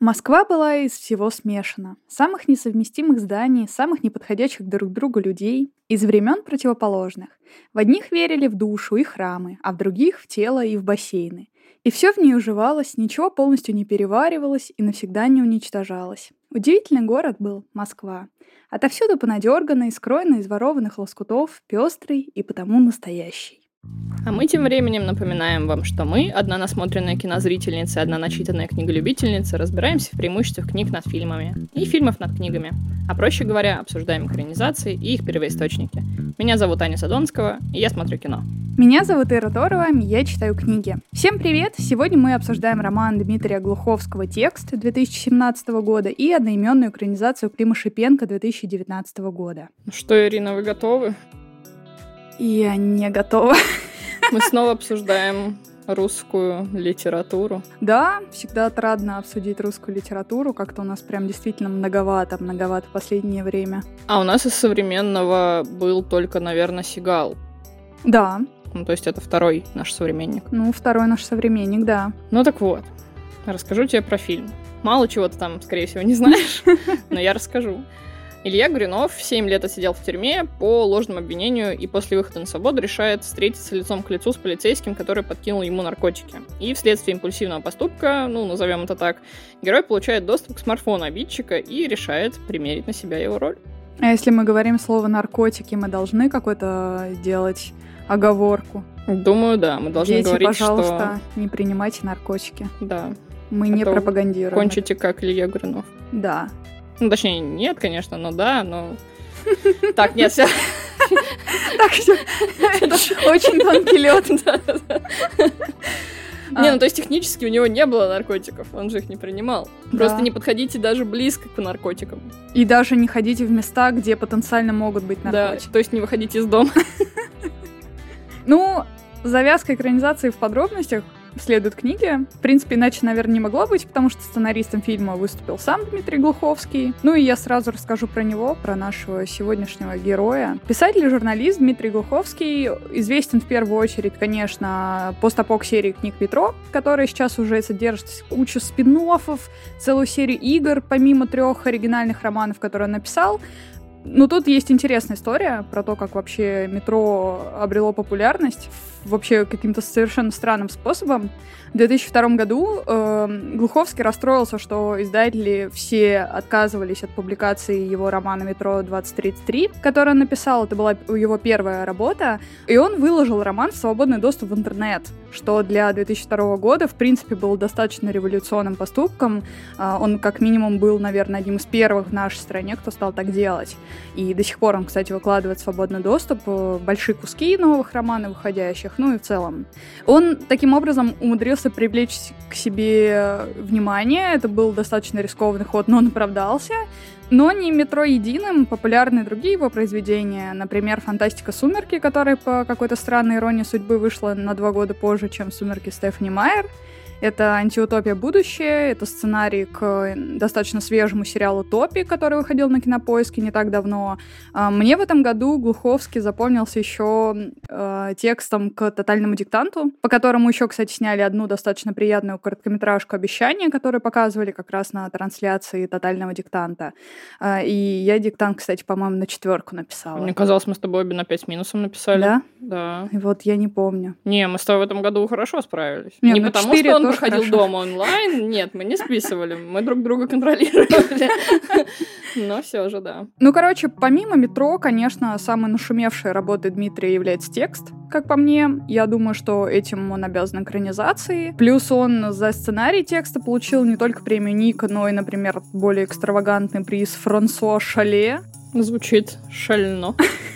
Москва была из всего смешана. Самых несовместимых зданий, самых неподходящих друг к другу людей, из времен противоположных. В одних верили в душу и храмы, а в других — в тело и в бассейны. И все в ней уживалось, ничего полностью не переваривалось и навсегда не уничтожалось. Удивительный город был Москва. Отовсюду понадерганный, скроенный из ворованных лоскутов, пестрый и потому настоящий. А мы тем временем напоминаем вам, что мы, одна насмотренная кинозрительница и одна начитанная книголюбительница, разбираемся в преимуществах книг над фильмами и фильмов над книгами. А проще говоря, обсуждаем экранизации и их первоисточники. Меня зовут Аня Садонского, и я смотрю кино. Меня зовут Ира Торова, я читаю книги. Всем привет! Сегодня мы обсуждаем роман Дмитрия Глуховского «Текст» 2017 года и одноименную экранизацию Клима Шипенко 2019 года. Ну что, Ирина, вы готовы? Я не готова. Мы снова обсуждаем русскую литературу. Да, всегда отрадно обсудить русскую литературу. Как-то у нас прям действительно многовато в последнее время. А у нас из современного был только, наверное, Сигал. Да. Ну, то есть это второй наш современник. Ну, второй наш современник, да. Ну так вот, расскажу тебе про фильм. Мало чего ты там, скорее всего, не знаешь, но я расскажу. Илья Гуринов 7 лет отсидел в тюрьме по ложному обвинению и после выхода на свободу решает встретиться лицом к лицу с полицейским, который подкинул ему наркотики. И вследствие импульсивного поступка, назовем это так, герой получает доступ к смартфону обидчика и решает примерить на себя его роль. А если мы говорим слово «наркотики», мы должны какой-то делать оговорку? Думаю, да. Мы должны Дети, говорить, пожалуйста, не принимайте наркотики. Да. Мы не пропагандируем. Кончите как Илья Гуринов. Да. Точнее, нет, конечно, но да, но... Так, нет, все. Так, все. Это очень тонкий лед. Не, то есть технически у него не было наркотиков, он же их не принимал. Просто не подходите даже близко к наркотикам. И даже не ходите в места, где потенциально могут быть наркотики. Да, то есть не выходите из дома. Завязка экранизации в подробностях следует книге. В принципе, иначе, наверное, не могло быть, потому что сценаристом фильма выступил сам Дмитрий Глуховский. И я сразу расскажу про него, про нашего сегодняшнего героя. Писатель и журналист Дмитрий Глуховский известен в первую очередь, конечно, постапок-серии книг «Метро», которая сейчас уже содержит кучу спин-оффов, целую серию игр, помимо 3 оригинальных романов, которые он написал. Тут есть интересная история про то, как вообще «Метро» обрело популярность вообще каким-то совершенно странным способом. В 2002 году Глуховский расстроился, что издатели все отказывались от публикации его романа «Метро 2033», который он написал. Это была его первая работа. И он выложил роман в свободный доступ в интернет, что для 2002 года, в принципе, было достаточно революционным поступком. Он, как минимум, был, наверное, одним из первых в нашей стране, кто стал так делать. И до сих пор он, кстати, выкладывает в свободный доступ большие куски новых романов выходящих, и в целом. Он таким образом умудрился привлечь к себе внимание. Это был достаточно рискованный ход, но он оправдался. Но не «Метро» единым, популярны другие его произведения. Например, «Фантастика. Сумерки», которая по какой-то странной иронии судьбы вышла на 2 года позже, чем «Сумерки» Стефани Майер. Это антиутопия будущее, это сценарий к достаточно свежему сериалу «Топи», который выходил на Кинопоиске не так давно. Мне в этом году Глуховский запомнился еще текстом к «Тотальному диктанту», по которому еще, кстати, сняли одну достаточно приятную короткометражку «Обещания», которую показывали как раз на трансляции «Тотального диктанта». И я диктант, кстати, по-моему, на 4 написала. Мне казалось, мы с тобой обе на 5 с минусом написали. Да? Да. И вот я не помню. Не, мы с тобой в этом году хорошо справились. Не потому, что он выходил дома онлайн. Нет, мы не списывали. Мы друг друга контролировали. Но все же, да. Помимо «Метро», конечно, самой нашумевшей работой Дмитрия является «Текст», как по мне. Я думаю, что этим он обязан экранизации. Плюс он за сценарий «Текста» получил не только премию Ника, но и, например, более экстравагантный приз Франсуа Шале. Звучит шально.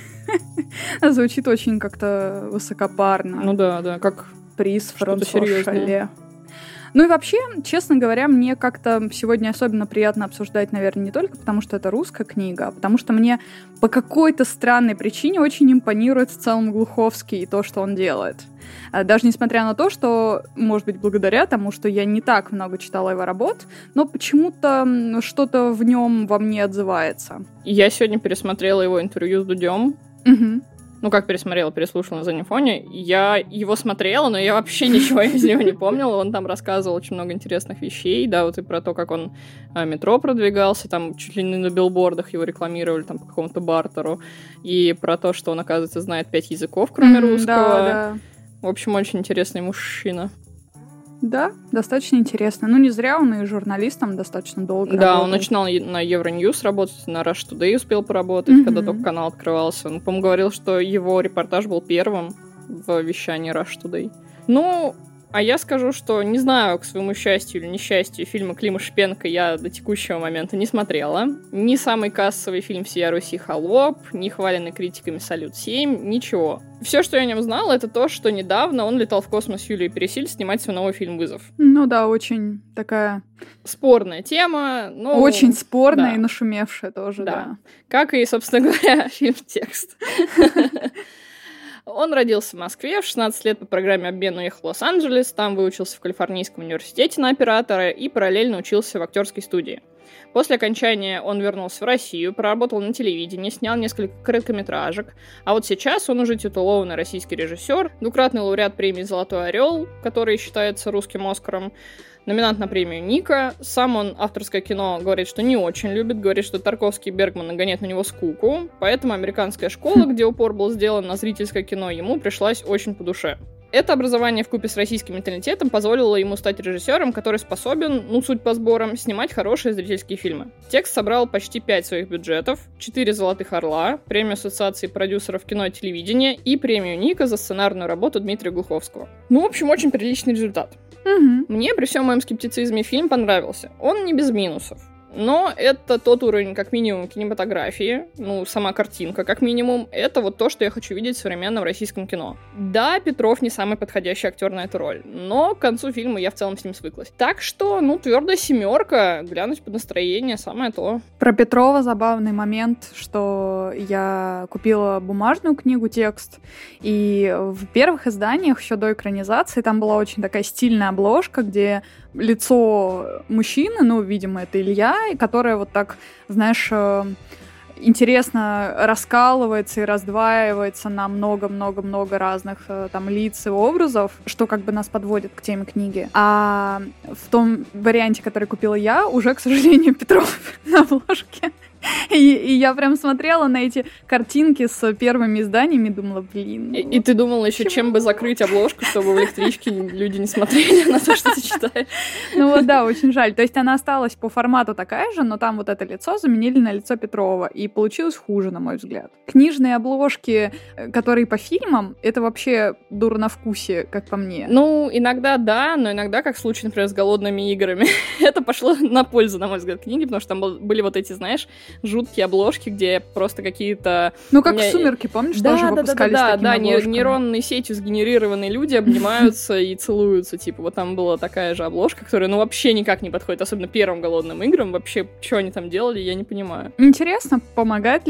Звучит очень как-то высокопарно. Да, как приз Франсуа Шале. И вообще, честно говоря, мне как-то сегодня особенно приятно обсуждать, наверное, не только потому, что это русская книга, а потому что мне по какой-то странной причине очень импонирует в целом Глуховский и то, что он делает. Даже несмотря на то, что, может быть, благодаря тому, что я не так много читала его работ, но почему-то что-то в нем во мне отзывается. Я сегодня пересмотрела его интервью с Дудем. Угу. Ну, как пересмотрела, переслушала на заднем фоне. Я его смотрела, но я вообще ничего из него не помнила. Он там рассказывал очень много интересных вещей, да, вот и про то, как он метро продвигался, там чуть ли не на билбордах его рекламировали, там по какому-то бартеру, и про то, что он, оказывается, знает 5 языков, кроме русского. Да. В общем, очень интересный мужчина. Да, достаточно интересно. Ну, не зря он и журналистом достаточно долго Да, работал. он начинал на Евроньюз работать, на Rush Today успел поработать, когда только канал открывался. Он, по-моему, говорил, что его репортаж был первым в вещании Rush Today. Ну, а я скажу, что не знаю, к своему счастью или несчастью, фильмы Клима Шипенко я до текущего момента не смотрела. Ни самый кассовый фильм «Всея Руси» «Холоп», ни хваленный критиками «Салют-7», ничего. Все, что я о нем знала, это то, что недавно он летал в космос с Юлией Пересиль снимать свой новый фильм «Вызов». Ну да, очень такая... Спорная тема. Но... Очень спорная, да. И нашумевшая тоже, да. Как и, собственно говоря, фильм «Текст». Он родился в Москве, в 16 лет по программе обмена уехал в Лос-Анджелес, там выучился в Калифорнийском университете на оператора и параллельно учился в актерской студии. После окончания он вернулся в Россию, проработал на телевидении, снял несколько короткометражек, а вот сейчас он уже титулованный российский режиссер, двукратный лауреат премии «Золотой орел», который считается русским Оскаром, номинант на премию Ника. Сам он авторское кино говорит, что не очень любит, говорит, что Тарковский и Бергман нагоняют на него скуку, поэтому «Американская школа», где упор был сделан на зрительское кино, ему пришлась очень по душе. Это образование вкупе с российским менталитетом позволило ему стать режиссером, который способен, суть по сборам, снимать хорошие зрительские фильмы. «Текст» собрал почти 5 своих бюджетов, 4 «Золотых орла», премию Ассоциации продюсеров кино и телевидения и премию Ника за сценарную работу Дмитрия Глуховского. Ну, в общем, очень приличный результат. Мне при всем моем скептицизме фильм понравился. Он не без минусов. Но это тот уровень, как минимум, кинематографии, сама картинка, как минимум, это вот то, что я хочу видеть в современном российском кино. Да, Петров не самый подходящий актер на эту роль, но к концу фильма я в целом с ним свыклась. Так что, твердая 7, глянуть под настроение, самое то. Про Петрова забавный момент, что я купила бумажную книгу «Текст», и в первых изданиях, еще до экранизации, там была очень такая стильная обложка, где лицо мужчины, видимо, это Илья, которое вот так, знаешь, интересно раскалывается и раздваивается на много-много-много разных там лиц и образов, что как бы нас подводит к теме книги. А в том варианте, который купила я, уже, к сожалению, Петров на обложке. И я прям смотрела на эти картинки с первыми изданиями и думала, блин. И ты думала еще, чем бы закрыть обложку, чтобы в электричке люди не смотрели на то, что ты читаешь. Да, очень жаль. То есть она осталась по формату такая же, но там вот это лицо заменили на лицо Петрова. И получилось хуже, на мой взгляд. Книжные обложки, которые по фильмам, это вообще дурновкусие, как по мне. Иногда да, но иногда, как в случае, например, с «Голодными играми», это пошло на пользу, на мой взгляд, книги, потому что там были вот эти, знаешь, жуткие обложки, где просто какие-то... как «Сумерки», помнишь, тоже выпускались такими обложками? Нейронной сетью сгенерированные люди обнимаются и целуются, типа, вот там была такая же обложка, которая, вообще никак не подходит, особенно первым «Голодным играм», вообще, что они там делали, я не понимаю. Интересно, помогают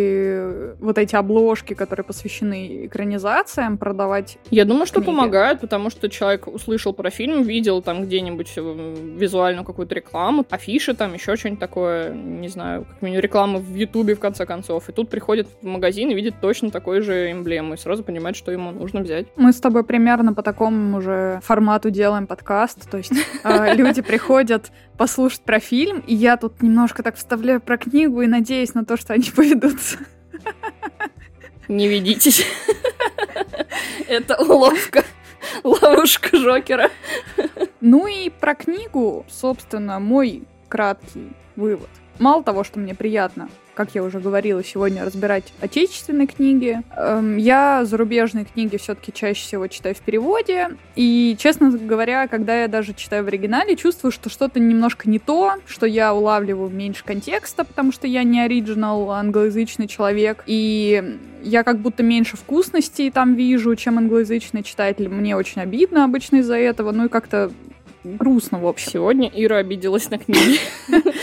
ли вот эти обложки, которые посвящены экранизациям, продавать Я думаю, что книги? Помогают, потому что человек услышал про фильм, видел там где-нибудь визуальную какую-то рекламу, афиши там, еще что-нибудь такое, не знаю, как минимум рекламы в Ютубе, в конце концов. И тут приходит в магазин и видит точно такой же эмблему, и сразу понимает, что ему нужно взять. Мы с тобой примерно по такому уже формату делаем подкаст, то есть люди приходят послушать про фильм, и я тут немножко так вставляю про книгу и надеюсь на то, что они поведутся. Не ведитесь. Это уловка. Ловушка Жокера. И про книгу, собственно, мой краткий вывод. Мало того, что мне приятно, как я уже говорила, сегодня разбирать отечественные книги, я зарубежные книги все-таки чаще всего читаю в переводе. И, честно говоря, когда я даже читаю в оригинале, чувствую, что что-то немножко не то, что я улавливаю меньше контекста, потому что я не оригинал, англоязычный человек. И я как будто меньше вкусностей там вижу, чем англоязычный читатель. Мне очень обидно обычно из-за этого. И как-то грустно, в общем. Сегодня Ира обиделась на книги.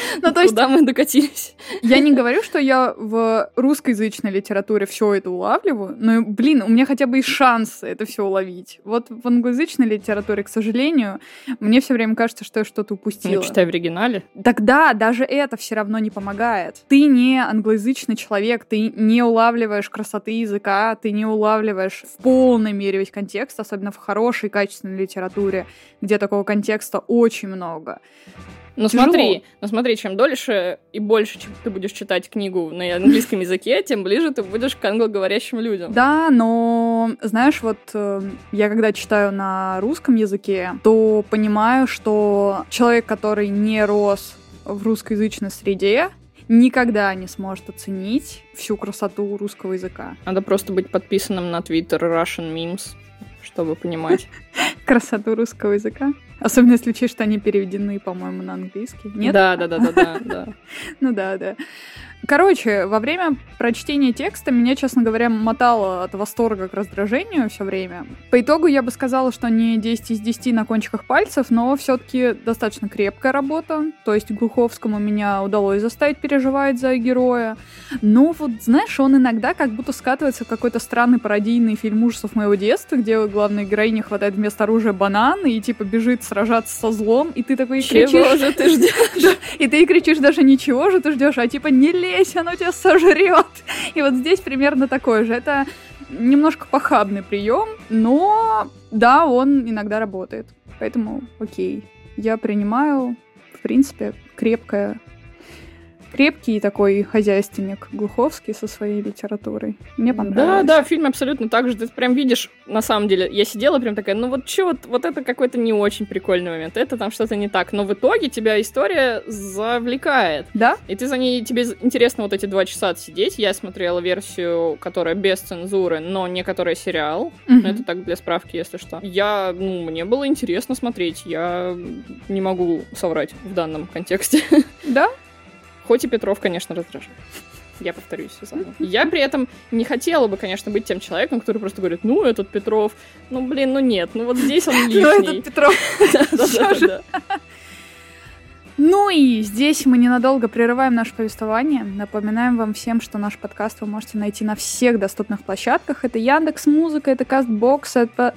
Ну, то есть... Куда мы докатились? Я не говорю, что я в русскоязычной литературе все это улавливаю, но, блин, у меня хотя бы есть шанс это все уловить. Вот в англоязычной литературе, к сожалению, мне все время кажется, что я что-то упустила. Ну, читай в оригинале. Тогда даже это все равно не помогает. Ты не англоязычный человек, ты не улавливаешь красоты языка, ты не улавливаешь в полной мере весь контекст, особенно в хорошей, качественной литературе, где такого контекста очень много. Ну смотри, чем дольше и больше ты будешь читать книгу на английском языке, тем ближе ты будешь к англоговорящим людям. Да, но, знаешь, вот я когда читаю на русском языке, то понимаю, что человек, который не рос в русскоязычной среде, никогда не сможет оценить всю красоту русского языка. Надо просто быть подписанным на Twitter Russian Memes, чтобы понимать. Красоту русского языка. Особенно если учесть, что они переведены, по-моему, на английский. Нет? Да. Ну да. Короче, во время прочтения текста меня, честно говоря, мотало от восторга к раздражению все время. По итогу я бы сказала, что не 10 из 10 на кончиках пальцев, но все-таки достаточно крепкая работа. То есть Глуховскому меня удалось заставить переживать за героя. Но вот, знаешь, он иногда как будто скатывается в какой-то странный пародийный фильм ужасов моего детства, где главной героине хватает вместо оружия банан и типа бежит сражаться со злом, и ты такой кричишь... Чего же ты ждешь? И ты кричишь даже ничего же ты ждешь, а типа не лезь, оно тебя сожрет. И вот здесь примерно такое же. Это немножко похабный прием, но да, он иногда работает. Поэтому окей. Я принимаю, в принципе, крепкий такой хозяйственник Глуховский со своей литературой. Мне понравилось. Да, в фильме абсолютно так же. Ты прям видишь, на самом деле, я сидела прям такая, ну вот чё, вот это какой-то не очень прикольный момент, это там что-то не так. Но в итоге тебя история завлекает. Да? И ты за ней, тебе интересно вот эти 2 часа отсидеть. Я смотрела версию, которая без цензуры, но не которая сериал. Это так для справки, если что. Мне было интересно смотреть. Я не могу соврать в данном контексте. Да? Хоть и Петров, конечно, раздражает. Я повторюсь заново. Я при этом не хотела бы, конечно, быть тем человеком, который просто говорит, ну, этот Петров, нет, вот здесь он лишний. Ну, этот Петров. Да. Ну и здесь мы ненадолго прерываем наше повествование. Напоминаем вам всем, что наш подкаст вы можете найти на всех доступных площадках. Это Яндекс.Музыка, это Кастбокс, это...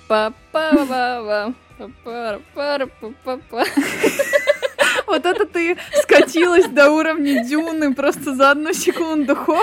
Вот это ты скатилась до уровня Дюны просто за 1 секунду. Хоп.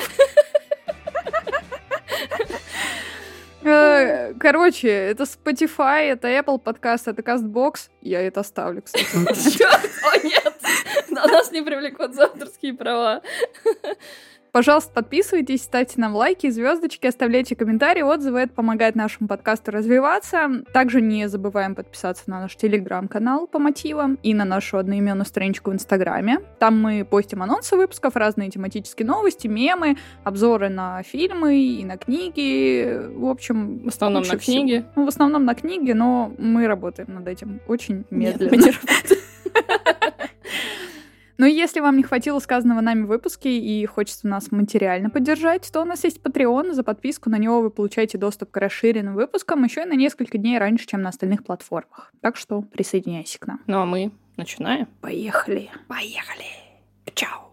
Короче, это Spotify, это Apple подкаст, это CastBox. Я это оставлю, кстати. О, нет! На нас не привлекут за авторские права. Пожалуйста, подписывайтесь, ставьте нам лайки, звездочки, оставляйте комментарии, отзывы. Это помогает нашему подкасту развиваться. Также не забываем подписаться на наш телеграм-канал по мотивам и на нашу одноименную страничку в Инстаграме. Там мы постим анонсы выпусков, разные тематические новости, мемы, обзоры на фильмы и на книги. В общем, в основном на книги. В основном на книги, но мы работаем над этим очень медленно. Нет, мы не работаем. Ну и если вам не хватило сказанного нами в выпуске и хочется нас материально поддержать, то у нас есть Patreon. За подписку на него вы получаете доступ к расширенным выпускам еще и на несколько дней раньше, чем на остальных платформах. Так что присоединяйся к нам. Ну а мы начинаем? Поехали. Чао.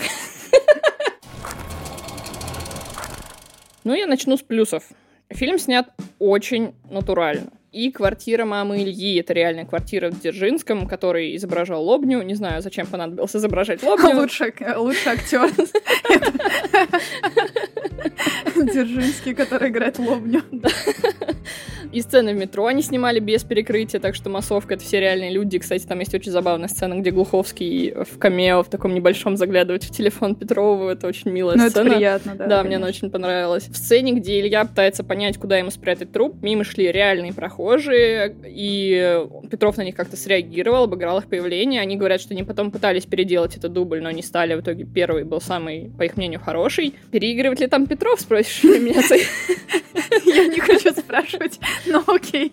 Ну, я начну с плюсов. Фильм снят очень натурально. И квартира мамы Ильи, это реальная квартира в Дзержинском, который изображал Лобню. Не знаю, зачем понадобилось изображать Лобню. Лучший актер. Дзержинский, который играет Лобню. И сцены в метро они снимали без перекрытия, так что массовка — это все реальные люди. Кстати, там есть очень забавная сцена, где Глуховский в камео в таком небольшом заглядывает в телефон Петрову. Это очень милая сцена. Это приятно, да. Да, мне она очень понравилась. В сцене, где Илья пытается понять, куда ему спрятать труп, мимо шли реальные прохожие, и Петров на них как-то среагировал, обыграл их появление. Они говорят, что они потом пытались переделать этот дубль, но не стали. В итоге первый был самый, по их мнению, хороший. Переигрывает ли там Петров, спросишь меня? Я не хочу спрашивать. Ну, окей.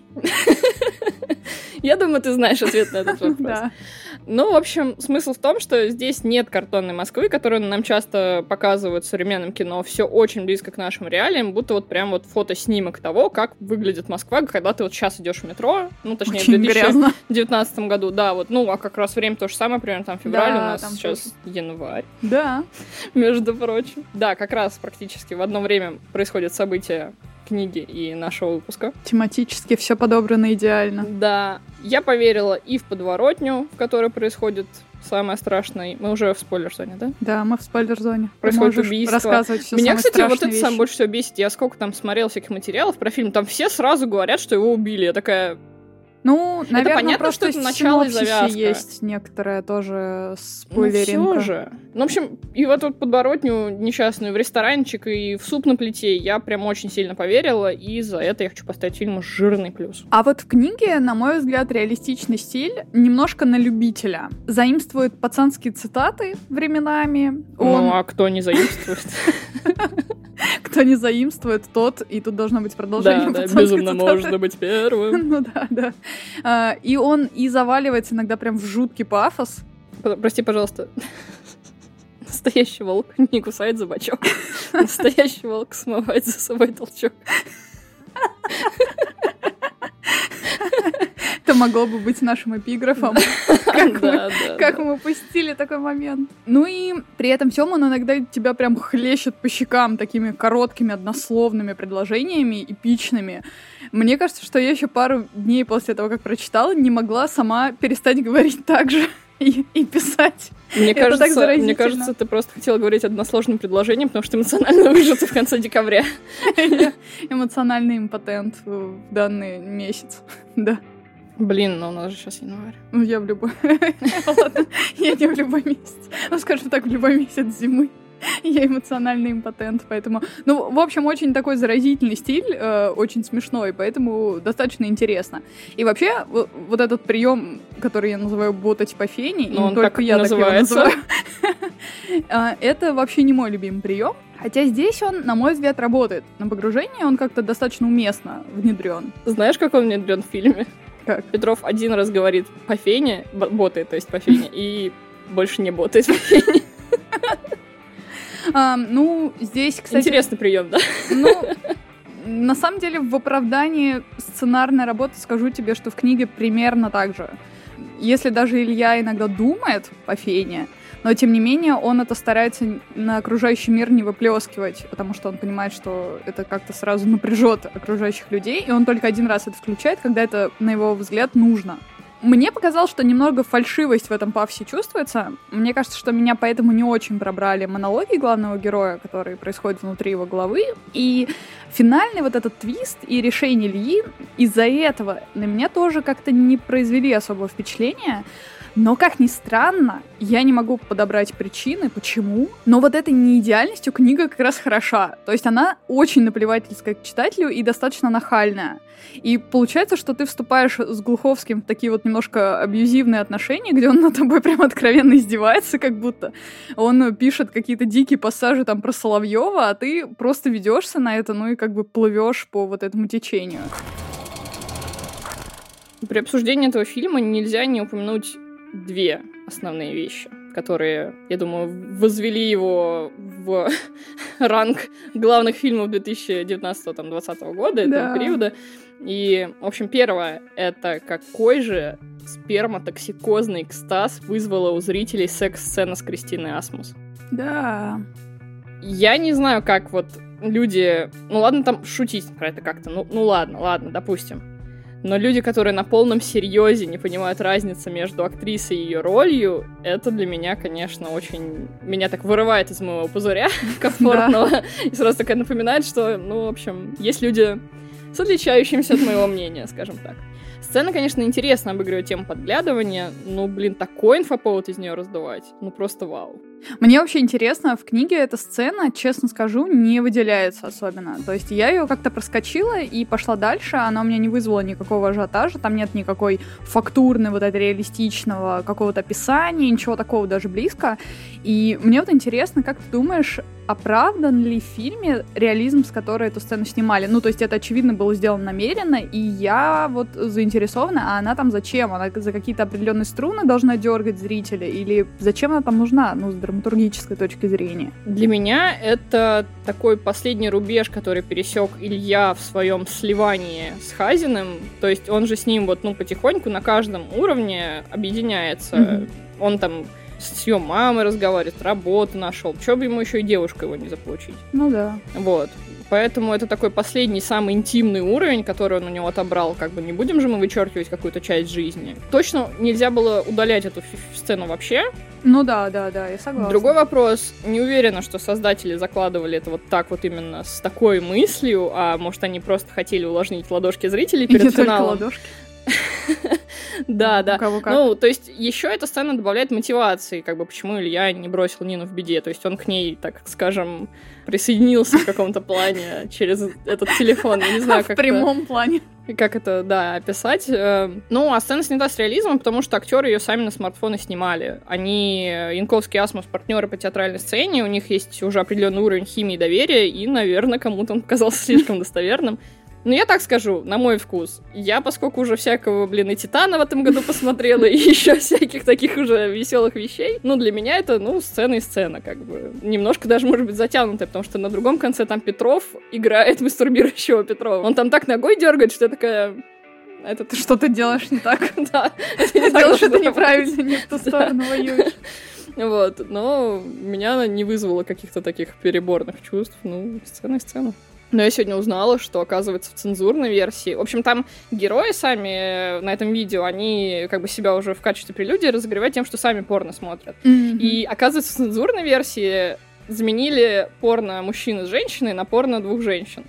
Я думаю, ты знаешь ответ на этот вопрос. Да. Ну, в общем, смысл в том, что здесь нет картонной Москвы, которую нам часто показывают в современном кино. Все очень близко к нашим реалиям, будто вот прям вот фотоснимок того, как выглядит Москва, когда ты вот сейчас идешь в метро, ну, точнее, очень в 2019 грязно. году, да, вот, ну, а как раз время то же самое, примерно там февраль, Да, у нас там сейчас январь, Да. между прочим. Да, как раз практически в одно время происходят события книги и нашего выпуска. Тематически все подобрано идеально. Да, я поверила и в подворотню, в которой происходит самое страшное. Мы уже в спойлер-зоне, да? Да, мы в спойлер-зоне. Происходит убийство. Рассказывать все Меня, самые кстати, вот это вещи. сам больше всего бесит. Я сколько там смотрела всяких материалов про фильм, там все сразу говорят, что его убили. Я такая... Ну, наверное, понятно, просто что это начало и синопсисе завязка. есть некоторая тоже Ну, спойлеринка. все же. Ну, в общем, и в эту подворотню несчастную, в ресторанчик, и в суп на плите я прям очень сильно поверила, и за это я хочу поставить фильму жирный плюс. А вот в книге, на мой взгляд, реалистичный стиль немножко на любителя. Заимствует пацанские цитаты временами. Ну, а кто не заимствует? Кто не заимствует, тот, и тут должно быть продолжение Да, пацанской безумно цитаты. можно быть первым. Ну да. И он и заваливается иногда прям в жуткий пафос. Прости, пожалуйста. Настоящий волк не кусает за бочок. Настоящий волк смывает за собой толчок. Это могло бы быть нашим эпиграфом. Как мы упустили такой момент. Ну и при этом всем он иногда тебя прям хлещет по щекам такими короткими однословными предложениями, эпичными. Мне кажется, что я еще пару дней после того, как прочитала, не могла сама перестать говорить так же и писать. Мне кажется, ты просто хотела говорить односложным предложением, потому что эмоционально выжата в конце декабря. Я эмоциональный импотент в данный месяц. Да. Блин, но у нас же сейчас январь. Ну, я в любой... Ладно, я не в любой месяц. Ну, скажем так, в любой месяц зимы. Я эмоциональный импотент, поэтому... Ну, в общем, очень такой заразительный стиль, очень смешной, поэтому достаточно интересно. И вообще, вот этот прием, который я называю бототипофенией, но он только так я называется. Так его называю, это вообще не мой любимый прием. Хотя здесь он, на мой взгляд, работает. На погружение он как-то достаточно уместно внедрен. Знаешь, как он внедрен в фильме? Как? Петров один раз говорит по фене, ботает, то есть по фене, и больше не ботает по фене. Ну, здесь, кстати... Интересный прием, да? Ну, на самом деле, в оправдании сценарной работы скажу тебе, что в книге примерно так же. Если даже Илья иногда думает по фене, но, тем не менее, он это старается на окружающий мир не выплескивать, потому что он понимает, что это как-то сразу напряжет окружающих людей, и он только один раз это включает, когда это, на его взгляд, нужно. Мне показалось, что немного фальшивость в этом пафосе чувствуется. Мне кажется, что меня поэтому не очень пробрали монологи главного героя, которые происходят внутри его головы. И финальный вот этот твист и решение Ильи из-за этого на меня тоже как-то не произвели особого впечатления. Но, как ни странно, я не могу подобрать причины, почему. Но вот этой неидеальностью книга как раз хороша. То есть она очень наплевательская к читателю и достаточно нахальная. И получается, что ты вступаешь с Глуховским в такие вот немножко абьюзивные отношения, где он над тобой прям откровенно издевается, как будто. Он пишет какие-то дикие пассажи там про Соловьева, а ты просто ведешься на это, ну и как бы плывешь по вот этому течению. При обсуждении этого фильма нельзя не упомянуть две основные вещи, которые, я думаю, возвели его в ранг главных фильмов 2019-2020 года, этого периода. И, в общем, первое — это какой же сперматоксикозный экстаз вызвала у зрителей секс-сцена с Кристиной Асмус. Да. Я не знаю, как вот люди... Ну ладно, там шутить про это как-то. Ну ладно, допустим. Но люди, которые на полном серьезе не понимают разницы между актрисой и ее ролью, это для меня, конечно, очень... Меня так вырывает из моего пузыря комфортного. И сразу такая напоминает, что, ну, в общем, есть люди с отличающимся от моего мнения, скажем так. Сцена, конечно, интересно обыгрывает тему подглядывания, но, блин, такой инфоповод из нее раздувать, ну, просто вау. Мне вообще интересно, в книге эта сцена, честно скажу, не выделяется особенно. То есть я ее как-то проскочила и пошла дальше, она у меня не вызвала никакого ажиотажа, там нет никакой фактурной, вот этого реалистичного какого-то описания, ничего такого даже близко. И мне вот интересно, как ты думаешь, оправдан ли в фильме реализм, с которой эту сцену снимали? Ну, то есть это, очевидно, было сделано намеренно, и я вот заинтересована, а она там зачем? Она за какие-то определенные струны должна дергать зрителя? Или зачем она там нужна, ну, с драматургической точки зрения? Для меня это такой последний рубеж, который пересек Илья в своем сливании с Хазиным. То есть он же с ним вот, ну, потихоньку на каждом уровне объединяется. Mm-hmm. Он там с ее мамой разговаривает, работу нашел. Чего бы ему еще и девушку его не заполучить? Ну да. Вот. Поэтому это такой последний, самый интимный уровень, который он у него отобрал. Как бы не будем же мы вычеркивать какую-то часть жизни. Точно нельзя было удалять эту сцену вообще. Ну да, я согласна. Другой вопрос. Не уверена, что создатели закладывали это вот так вот именно с такой мыслью, а может они просто хотели увлажнить ладошки зрителей перед финалом. Только ладошки. Да. Кого как. Ну, то есть еще эта сцена добавляет мотивации, как бы почему Илья не бросил Нину в беде. То есть он к ней, так скажем, присоединился в каком-то плане через этот телефон. Я не знаю, как в прямом плане. Как это, да, описать. Ну, а сцена снята с реализмом, потому что актеры ее сами на смартфоны снимали. Они, Янковский и Асмус, партнеры по театральной сцене, у них есть уже определенный уровень химии и доверия, и, наверное, кому-то он показался слишком достоверным. Ну, я так скажу, на мой вкус. Я, поскольку уже всякого, и Титана в этом году посмотрела, и еще всяких таких уже веселых вещей, ну, для меня это, ну, сцена и сцена, как бы. Немножко даже, может быть, затянутая, потому что на другом конце там Петров играет мастурбирующего Петрова. Он там так ногой дергает, что я такая... Ты что ты делаешь не так? Да. Ты делаешь это неправильно, не в ту сторону воюешь. Вот, но меня она не вызвала каких-то таких переборных чувств. Ну, сцена и сцена. Но я сегодня узнала, что, оказывается, в цензурной версии... В общем, там герои сами на этом видео, они как бы себя уже в качестве прелюдии разогревают тем, что сами порно смотрят. Mm-hmm. И, оказывается, в цензурной версии заменили порно мужчины с женщиной на порно двух женщин.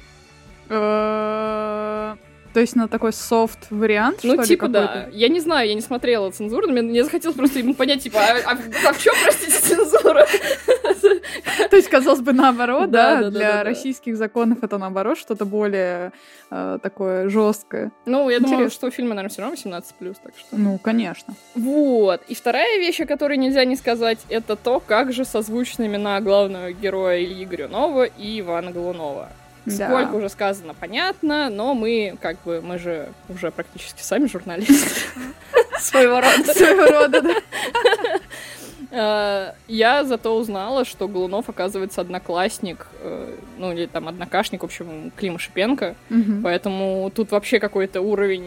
То есть на такой софт-вариант, ну, что ли, типа, какой-то? Да. Я не знаю, я не смотрела цензуру, мне захотелось просто ему понять, типа, а в чем, простите, цензура? То есть, казалось бы, наоборот, да, для российских законов это наоборот, что-то более такое жесткое. Ну, я думаю, что у фильма, наверное, все равно 18+, так что... Ну, конечно. Вот. И вторая вещь, о которой нельзя не сказать, это то, как же созвучны имена главного героя Ильи Горюнова и Ивана Голунова. Да. Сколько уже сказано, понятно, но мы же уже практически сами журналисты. Своего рода. Своего рода, да. Я зато узнала, что Голунов, оказывается, одноклассник, ну или там однокашник, в общем, Клима Шипенко, поэтому тут вообще какой-то уровень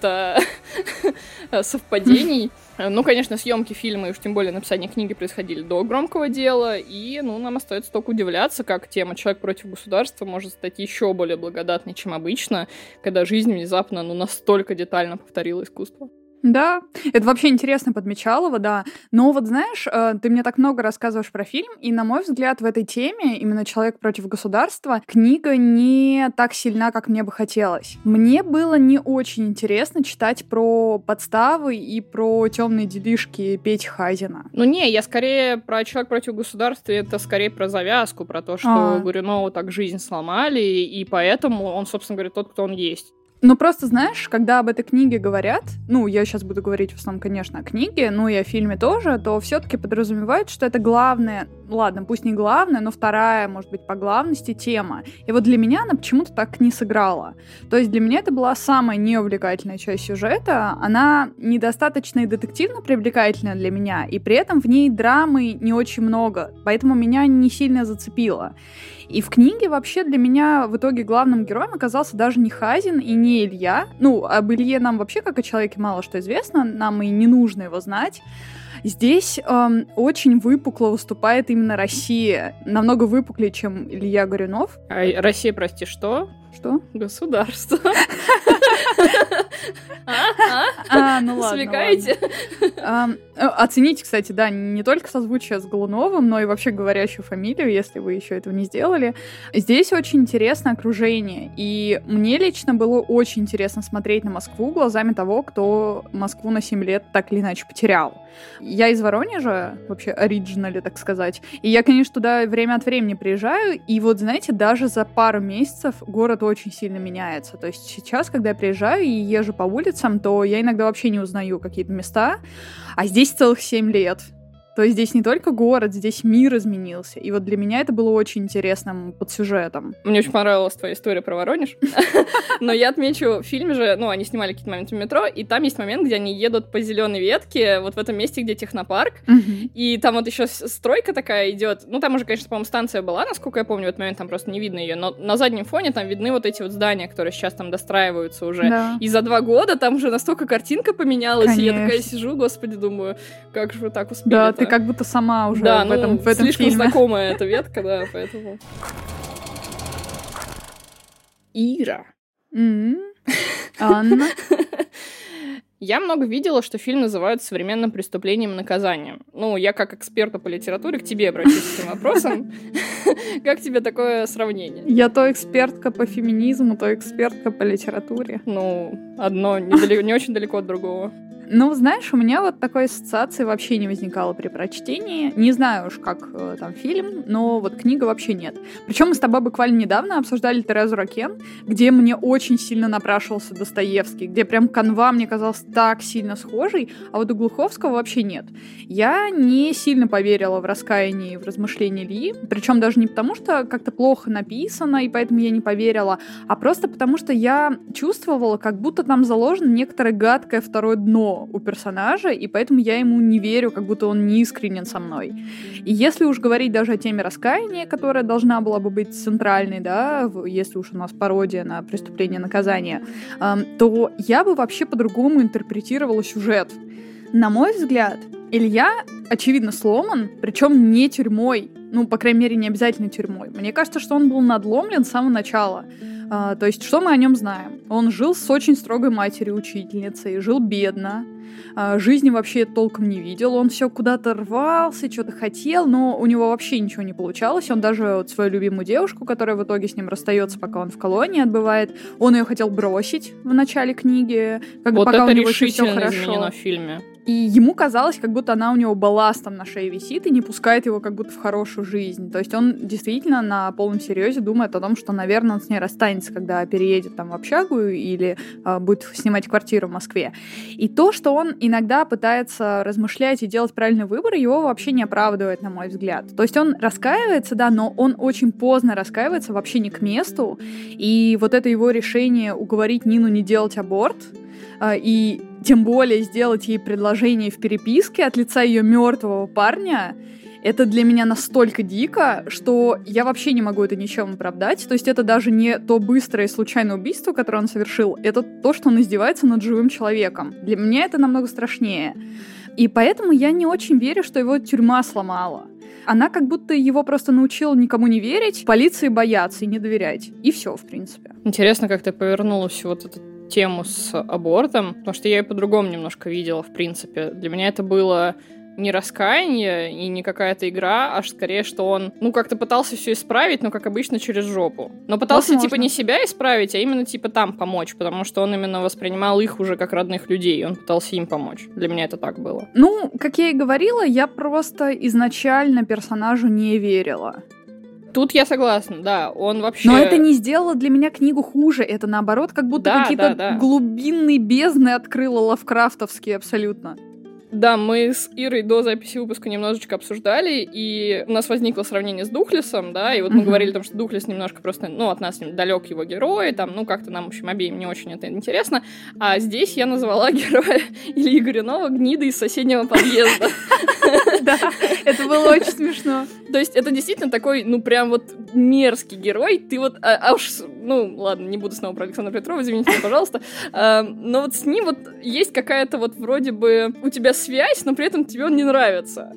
мета-совпадений. Ну, конечно, съемки фильма и уж тем более написание книги происходили до «Громкого дела», и, ну, нам остается только удивляться, как тема «Человек против государства» может стать еще более благодатной, чем обычно, когда жизнь внезапно, ну, настолько детально повторила искусство. Да, это вообще интересно подмечалово, да. Но вот знаешь, ты мне так много рассказываешь про фильм, и, на мой взгляд, в этой теме, именно «Человек против государства», книга не так сильна, как мне бы хотелось. Мне было не очень интересно читать про подставы и про темные делишки Пети Хазина. Ну не, я скорее про «Человек против государства», это скорее про завязку, про то, что Горюнову так жизнь сломали, и поэтому он, собственно говоря, тот, кто он есть. Ну, просто, знаешь, когда об этой книге говорят, ну, я сейчас буду говорить в основном, конечно, о книге, ну и о фильме тоже, то все-таки подразумевают, что это главная, ладно, пусть не главная, но вторая, может быть, по главности тема. И вот для меня она почему-то так не сыграла. То есть для меня это была самая неувлекательная часть сюжета, она недостаточно и детективно привлекательная для меня, и при этом в ней драмы не очень много, поэтому меня не сильно зацепило. И в книге вообще для меня в итоге главным героем оказался даже не Хазин и не Илья. Ну, об Илье нам вообще как о человеке мало что известно, нам и не нужно его знать. Здесь очень выпукло выступает именно Россия. Намного выпуклее, чем Илья Горюнов. А Россия, прости, что? Что? Государство. Ну ладно. Смекаете? Оцените, кстати, да, не только созвучие с Голуновым, но и вообще говорящую фамилию, если вы еще этого не сделали. Здесь очень интересное окружение, и мне лично было очень интересно смотреть на Москву глазами того, кто Москву на 7 лет так или иначе потерял. Я из Воронежа, вообще оригинали, так сказать, и я, конечно, туда время от времени приезжаю, и вот, знаете, даже за пару месяцев город очень сильно меняется. То есть сейчас, когда я приезжаю и езжу по улицам, то я иногда вообще не узнаю какие-то места, а здесь целых 7 лет. То есть здесь не только город, здесь мир изменился. И вот для меня это было очень интересным подсюжетом. Мне очень понравилась твоя история про Воронеж. Но я отмечу, в фильме же, они снимали какие-то моменты в метро, и там есть момент, где они едут по зеленой ветке, вот в этом месте, где технопарк, и там вот еще стройка такая идет. Ну, там уже, конечно, по-моему, станция была, насколько я помню, в этот момент там просто не видно ее, но на заднем фоне там видны вот эти вот здания, которые сейчас там достраиваются уже. Да. И за 2 года там уже настолько картинка поменялась, конечно. И я такая сижу, господи, думаю, как же вы так успели? Да, ты как будто сама уже в этом слишком фильме. Знакомая эта ветка, да, поэтому... Ира. Анна. Я много видела, что фильм называют современным преступлением и наказанием. Я как эксперта по литературе к тебе обращусь с этим вопросом. Как тебе такое сравнение? Я то экспертка по феминизму, то экспертка по литературе. Одно не очень далеко от другого. Знаешь, у меня вот такой ассоциации вообще не возникало при прочтении. Не знаю уж, как там фильм, но вот книга вообще нет. Причем мы с тобой буквально недавно обсуждали Терезу Ракен, где мне очень сильно напрашивался Достоевский, где прям канва мне казалась так сильно схожей, а вот у Глуховского вообще нет. Я не сильно поверила в раскаяние и в размышления Ильи, причем даже не потому, что как-то плохо написано, и поэтому я не поверила, а просто потому, что я чувствовала, как будто там заложено некоторое гадкое второе дно у персонажа, и поэтому я ему не верю, как будто он не искренен со мной. И если уж говорить даже о теме раскаяния, которая должна была бы быть центральной, да, если уж у нас пародия на преступление и наказание, то я бы вообще по-другому интерпретировала сюжет. На мой взгляд, Илья, очевидно, сломан, причем не тюрьмой, по крайней мере, не обязательно тюрьмой. Мне кажется, что он был надломлен с самого начала. То есть, что мы о нем знаем? Он жил с очень строгой матерью-учительницей, жил бедно, жизни вообще толком не видел, он все куда-то рвался, что-то хотел, но у него вообще ничего не получалось. Он даже свою любимую девушку, которая в итоге с ним расстается, пока он в колонии отбывает, он ее хотел бросить в начале книги, пока у него еще все хорошо. Изменено в фильме. И ему казалось, как будто она у него балластом на шее висит и не пускает его как будто в хорошую жизнь. То есть он действительно на полном серьезе думает о том, что, наверное, он с ней расстанется, когда переедет там в общагу или будет снимать квартиру в Москве. И то, что он иногда пытается размышлять и делать правильный выбор, его вообще не оправдывает, на мой взгляд. То есть он раскаивается, да, но он очень поздно раскаивается, вообще не к месту. И вот это его решение уговорить Нину не делать аборт, и тем более сделать ей предложение в переписке от лица ее мертвого парня, это для меня настолько дико, что я вообще не могу это ничем оправдать. То есть это даже не то быстрое и случайное убийство, которое он совершил, это то, что он издевается над живым человеком. Для меня это намного страшнее. И поэтому я не очень верю, что его тюрьма сломала. Она как будто его просто научила никому не верить, полиции бояться и не доверять. И все, в принципе. Интересно, как ты повернула всю вот эту тему с абортом, потому что я ее по-другому немножко видела, в принципе. Для меня это было не раскаяние и не какая-то игра, а скорее, что он, как-то пытался все исправить, но, как обычно, через жопу. Но пытался, не себя исправить, а именно, там помочь, потому что он именно воспринимал их уже как родных людей, и он пытался им помочь. Для меня это так было. Как я и говорила, я просто изначально персонажу не верила. Тут я согласна, да, он вообще... Но это не сделало для меня книгу хуже, это наоборот, как будто какие-то глубинные бездны открыло лавкрафтовские абсолютно. Да, мы с Ирой до записи выпуска немножечко обсуждали, и у нас возникло сравнение с Духлесом, да, и вот мы говорили о том, что Духлес немножко просто, от нас далек его герой, там, как-то нам, в общем, обеим не очень это интересно, а здесь я назвала героя Ильи Горюнова гнидой из соседнего подъезда. Да, это было очень смешно. То есть это действительно такой, прям вот мерзкий герой, ты вот, ладно, не буду снова про Александра Петрова, извините меня, пожалуйста, но вот с ним вот есть какая-то вот вроде бы у тебя связь, но при этом тебе он не нравится.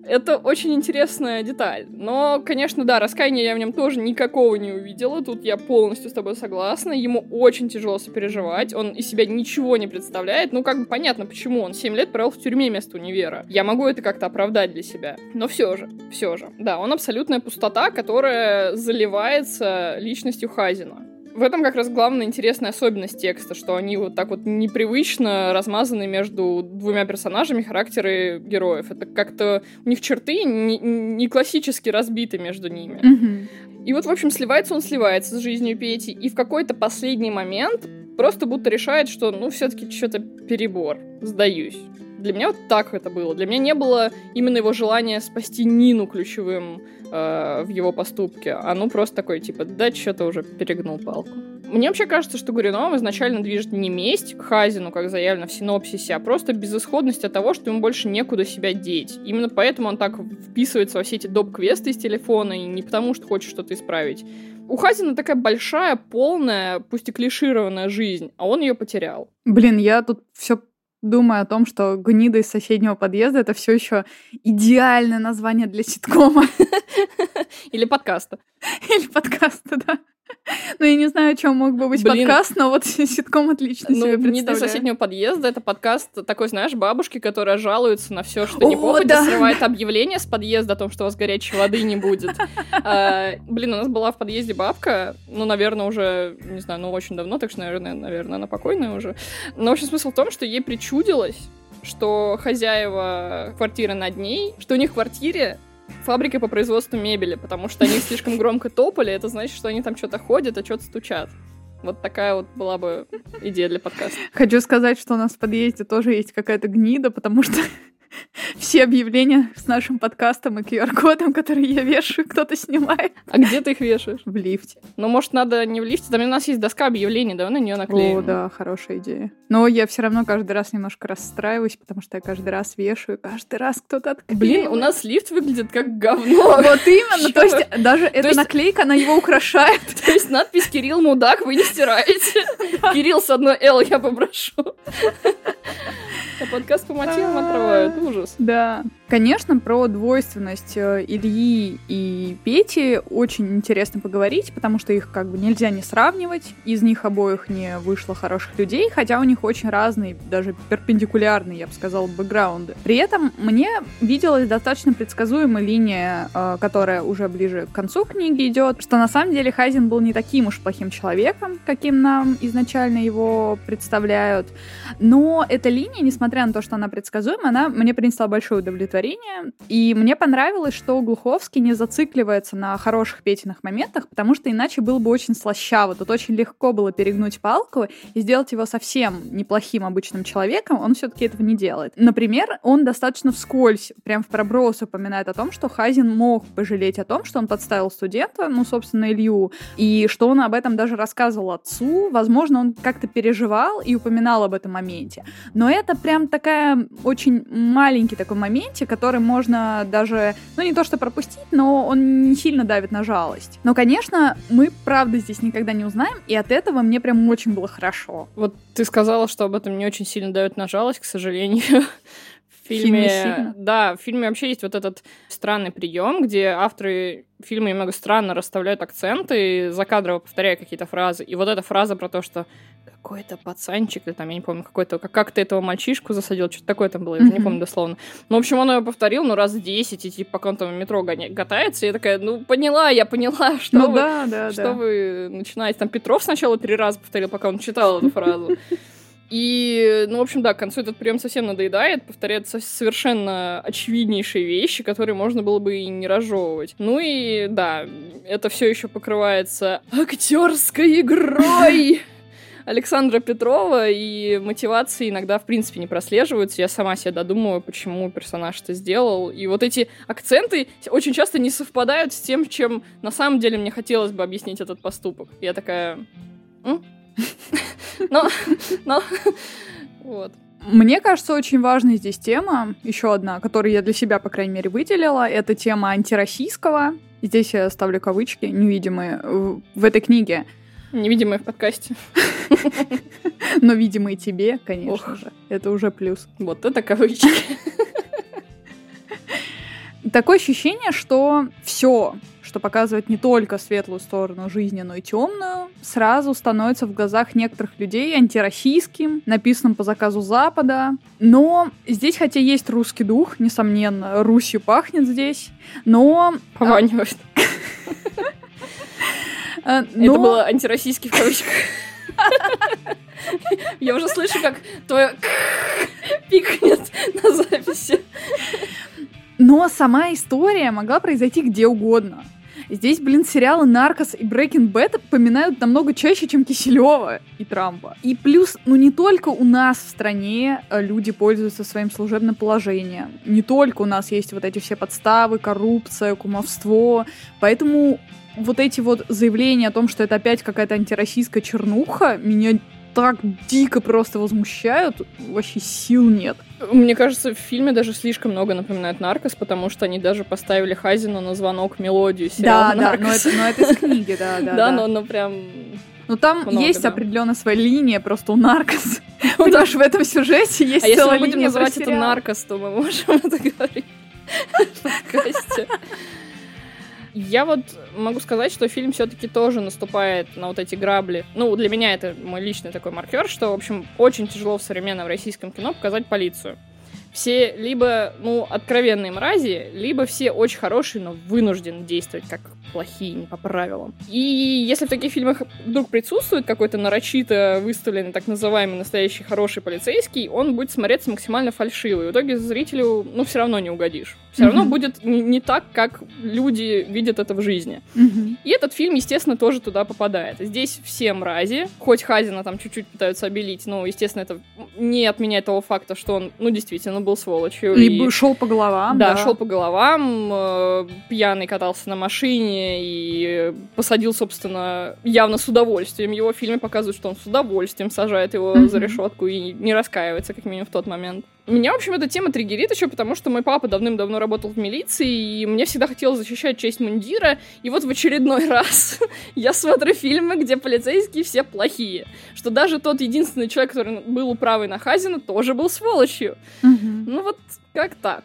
Это очень интересная деталь. Но, конечно, да, раскаяния я в нем тоже никакого не увидела. Тут я полностью с тобой согласна. Ему очень тяжело сопереживать. Он из себя ничего не представляет. Ну, как бы понятно, почему. Он 7 лет провел в тюрьме вместо универа. Я могу это как-то оправдать для себя. Но все же. Да, он абсолютная пустота, которая заливается личностью Хазина. В этом как раз главная интересная особенность текста, что они вот так вот непривычно размазаны между двумя персонажами, характеры героев. Это как-то у них черты не классически разбиты между ними. И вот, в общем, сливается с жизнью Пети, и в какой-то последний момент просто будто решает, что, ну, все-таки что-то перебор, сдаюсь. Для меня вот так это было. Для меня не было именно его желания спасти Нину ключевым в его поступке, а ну просто такой, типа, да, что-то уже перегнул палку. Мне вообще кажется, что Горюновым изначально движет не месть к Хазину, как заявлено в синопсисе, а просто безысходность от того, что ему больше некуда себя деть. Именно поэтому он так вписывается во все эти доп-квесты из телефона, и не потому, что хочет что-то исправить. У Хазина такая большая, полная, пусть и клишированная жизнь, а он ее потерял. Блин, я тут все думаю о том, что «Гнида из соседнего подъезда» — это все еще идеальное название для ситкома. Или подкаста. Или подкаста, да. Ну, я не знаю, чем мог бы быть подкаст, но вот ситком отлично себе представляю. «Гнида из соседнего подъезда» — это подкаст такой, знаешь, бабушки, которая жалуется на все, что не попадя, срывает объявление с подъезда о том, что у вас горячей воды не будет. У нас была в подъезде бабка, наверное, уже, не знаю, очень давно, так что, наверное, она покойная уже. Но, в общем, смысл в том, что ей причудилось, что хозяева квартиры над ней, что у них в квартире фабрика по производству мебели, потому что они слишком громко топали, это значит, что они там что-то ходят, а что-то стучат. Вот такая вот была бы идея для подкаста. Хочу сказать, что у нас в подъезде тоже есть какая-то гнида, потому что все объявления с нашим подкастом и QR-кодом, которые я вешаю, кто-то снимает. А где ты их вешаешь? В лифте. Ну, может, надо не в лифте, там у нас есть доска объявлений, давай на нее наклеим. О, да, хорошая идея. Но я все равно каждый раз немножко расстраиваюсь, потому что я каждый раз вешаю, каждый раз кто-то отклеивает. Блин, у нас лифт выглядит как говно. Вот именно, то есть даже эта наклейка, она его украшает. То есть надпись «Кирилл мудак» вы не стираете. Кирилл с одной «Л» я попрошу. А подкаст по мотивам отрывают. Ужас. Да. Конечно, про двойственность Ильи и Пети очень интересно поговорить, потому что их как бы нельзя не сравнивать. Из них обоих не вышло хороших людей, хотя у них очень разные, даже перпендикулярные, я бы сказала, бэкграунды. При этом мне виделась достаточно предсказуемая линия, которая уже ближе к концу книги идет, что на самом деле Хазин был не таким уж плохим человеком, каким нам изначально его представляют. Но эта линия, несмотря на то, что она предсказуема, она мне принесла большое удовлетворение. И мне понравилось, что Глуховский не зацикливается на хороших Петиных моментах, потому что иначе было бы очень слащаво. Тут очень легко было перегнуть палку и сделать его совсем неплохим обычным человеком. Он все-таки этого не делает. Например, он достаточно вскользь, прям в проброс упоминает о том, что Хазин мог пожалеть о том, что он подставил студента, собственно, Илью, и что он об этом даже рассказывал отцу. Возможно, он как-то переживал и упоминал об этом моменте. Но это прям такая очень маленький такой моментик, который можно даже, не то что пропустить, но он не сильно давит на жалость. Но, конечно, мы правда здесь никогда не узнаем, и от этого мне прям очень было хорошо. Вот ты сказала, что об этом не очень сильно давит на жалость, к сожалению. В фильме вообще есть вот этот странный прием, где авторы фильма немного странно расставляют акценты, закадрово повторяя какие-то фразы. И вот эта фраза про то, что какой-то пацанчик, или там, я не помню, какой-то, как ты этого мальчишку засадил, что-то такое там было, я уже не помню дословно. Ну, в общем, он ее повторил, раз 10, и типа, пока он там в метро катается, и я такая, я поняла, что вы начинаете. Там Петров сначала 3 раза повторил, пока он читал эту фразу. И, в общем, к концу этот прием совсем надоедает, повторяются совершенно очевиднейшие вещи, которые можно было бы и не разжевывать. И, да, это все еще покрывается актерской игрой Александра Петрова, и мотивации иногда, в принципе, не прослеживаются. Я сама себе додумываю, почему персонаж это сделал. И вот эти акценты очень часто не совпадают с тем, чем на самом деле мне хотелось бы объяснить этот поступок. Я такая... Вот. Мне кажется, очень важной здесь тема, еще одна, которую я для себя, по крайней мере, выделила, это тема антироссийского. Здесь я ставлю кавычки, невидимые, в этой книге. Невидимые в подкасте. Но видимые тебе, конечно же. Это уже плюс. Вот это кавычки. такое ощущение, что все, что показывает не только светлую сторону жизни, но и темную, сразу становится в глазах некоторых людей антироссийским, написанным по заказу Запада. Но здесь, хотя есть русский дух, несомненно, Русью пахнет здесь, но... Пованивает. Это было антироссийский в кавычках. Я уже слышу, как твое пикнет на записи. Но сама история могла произойти где угодно. Здесь, сериалы «Наркос» и «Breaking Bad» поминают намного чаще, чем Киселева и Трампа. И плюс, не только у нас в стране люди пользуются своим служебным положением. Не только у нас есть вот эти все подставы, коррупция, кумовство. Поэтому вот эти вот заявления о том, что это опять какая-то антироссийская чернуха, меня так дико просто возмущают, вообще сил нет. Мне кажется, в фильме даже слишком много напоминает «Наркос», потому что они даже поставили Хазину на звонок мелодию сериала «Наркос». Да, но это из книги, да. Да, но прям... Ну, там много, есть определенная своя линия, просто у «Наркос». Потому что в этом сюжете есть целая линия. А если мы будем называть это «Наркос», то мы можем это говорить в подкасте. Я вот могу сказать, что фильм все-таки тоже наступает на вот эти грабли. Ну, для меня это мой личный такой маркер, что, в общем, очень тяжело в современном российском кино показать полицию. Все либо, откровенные мрази, либо все очень хорошие, но вынуждены действовать как плохие, не по правилам. И если в таких фильмах вдруг присутствует какой-то нарочито выставленный так называемый настоящий хороший полицейский, он будет смотреться максимально фальшиво. И в итоге зрителю, все равно не угодишь. Все равно будет не так, как люди видят это в жизни. И этот фильм, естественно, тоже туда попадает. Здесь все мрази, хоть Хазина там чуть-чуть пытаются обелить, но, естественно, это не отменяет того факта, что он, действительно, был сволочью. Либо шел по головам. Да, шел по головам, пьяный катался на машине и посадил, собственно, явно с удовольствием. Его в фильме показывают, что он с удовольствием сажает его за решетку и не раскаивается, как минимум, в тот момент. Меня, в общем, эта тема триггерит еще, потому что мой папа давным-давно работал в милиции, и мне всегда хотелось защищать честь мундира, и вот в очередной раз я смотрю фильмы, где полицейские все плохие. Что даже тот единственный человек, который был управой на Хазина, тоже был сволочью. Ну вот как так?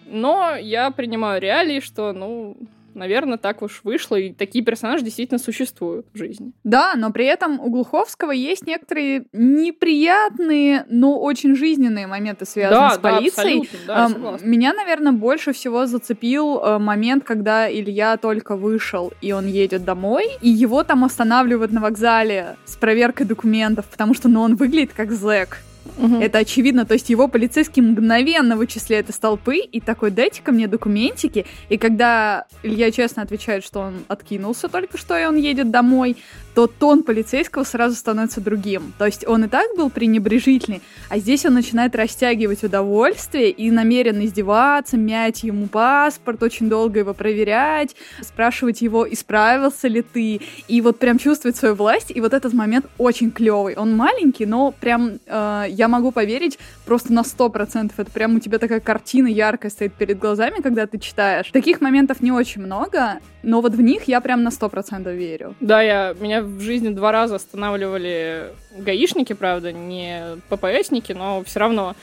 Но я принимаю реалии, что, наверное, так уж вышло, и такие персонажи действительно существуют в жизни. Да, но при этом у Глуховского есть некоторые неприятные, но очень жизненные моменты, связанные с полицией. Да, согласна. Меня, наверное, больше всего зацепил момент, когда Илья только вышел, и он едет домой, и его там останавливают на вокзале с проверкой документов, потому что, он выглядит как зэк. Это очевидно, то есть его полицейский мгновенно вычисляет из толпы и такой: дайте-ка мне документики. И когда Илья честно отвечает, что он откинулся только что и он едет домой, то тон полицейского сразу становится другим. То есть он и так был пренебрежительный, а здесь он начинает растягивать удовольствие и намеренно издеваться, мять ему паспорт, очень долго его проверять, спрашивать его, исправился ли ты, и вот прям чувствовать свою власть, и вот этот момент очень клевый. Он маленький, но прям я могу поверить просто на 100%. Это прям у тебя такая картина яркая стоит перед глазами, когда ты читаешь. Таких моментов не очень много, но вот в них я прям на 100% верю. Да, меня в жизни 2 раза останавливали гаишники, правда, не ППСники, но все равно.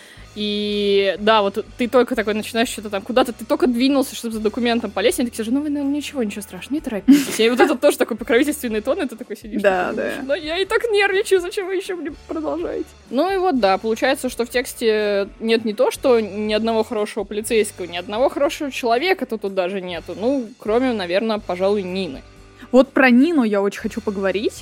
И да, вот ты только такой начинаешь что-то там, куда-то ты только двинулся, чтобы за документом полезть, и они такие же: вы, ничего страшного, не торопитесь. И вот это тоже такой покровительственный тон, и ты такой сидишь. Да. Но я и так нервничаю, зачем вы еще мне продолжаете? Ну и вот, да, получается, что в тексте нет не то, что ни одного хорошего полицейского, ни одного хорошего человека-то тут даже нету. Кроме, наверное, пожалуй, Нины. Вот про Нину я очень хочу поговорить.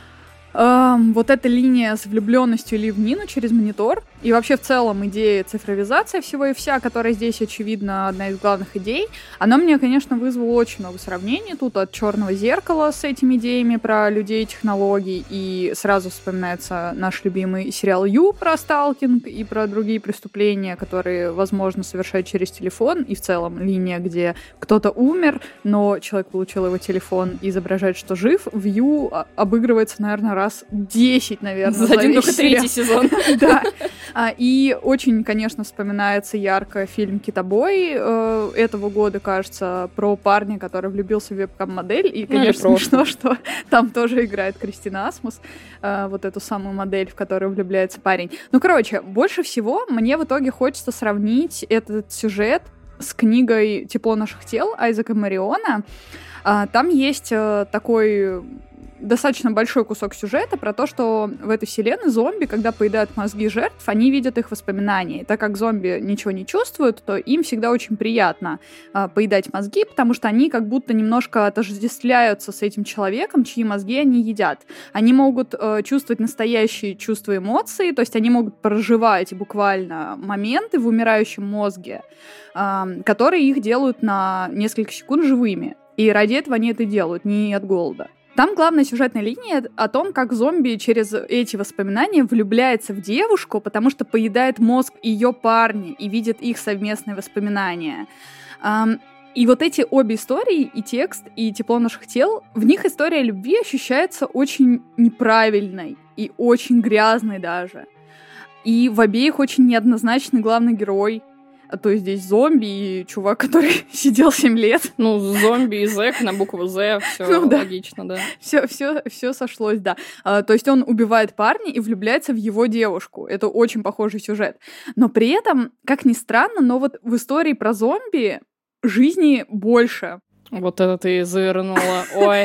Вот эта линия с влюбленностью Ильи в Нину через монитор и вообще в целом идея цифровизации всего и вся, которая здесь, очевидно, одна из главных идей, она мне, конечно, вызвала очень много сравнений. Тут от «Черного зеркала» с этими идеями про людей, технологий, и сразу вспоминается наш любимый сериал «Ю» про сталкинг и про другие преступления, которые возможно совершать через телефон, и в целом линия, где кто-то умер, но человек получил его телефон и изображает, что жив. В «Ю» обыгрывается, наверное, раз 10, наверное. За один только 3-й сезон. Да. И очень, конечно, вспоминается ярко фильм «Китобой» этого года, кажется, про парня, который влюбился в вебкам-модель. И, конечно, смешно, что там тоже играет Кристина Асмус, вот эту самую модель, в которую влюбляется парень. Короче, больше всего мне в итоге хочется сравнить этот сюжет с книгой «Тепло наших тел» Айзека Мариона. Там есть такой достаточно большой кусок сюжета про то, что в этой вселенной зомби, когда поедают мозги жертв, они видят их воспоминания. И так как зомби ничего не чувствуют, то им всегда очень приятно поедать мозги, потому что они как будто немножко отождествляются с этим человеком, чьи мозги они едят. Они могут чувствовать настоящие чувства, эмоции, то есть они могут проживать буквально моменты в умирающем мозге, которые их делают на несколько секунд живыми. И ради этого они это делают, не от голода. Там главная сюжетная линия о том, как зомби через эти воспоминания влюбляется в девушку, потому что поедает мозг ее парня и видит их совместные воспоминания. И вот эти обе истории, и текст, и «Тепло наших тел», в них история любви ощущается очень неправильной и очень грязной даже. И в обеих очень неоднозначный главный герой. То есть здесь зомби и чувак, который сидел 7 лет. Ну, зомби и зэк на букву «З», все логично, да. Все сошлось, да. То есть он убивает парня и влюбляется в его девушку. Это очень похожий сюжет. Но при этом, как ни странно, но вот в истории про зомби жизни больше. Вот это ты завернула, ой.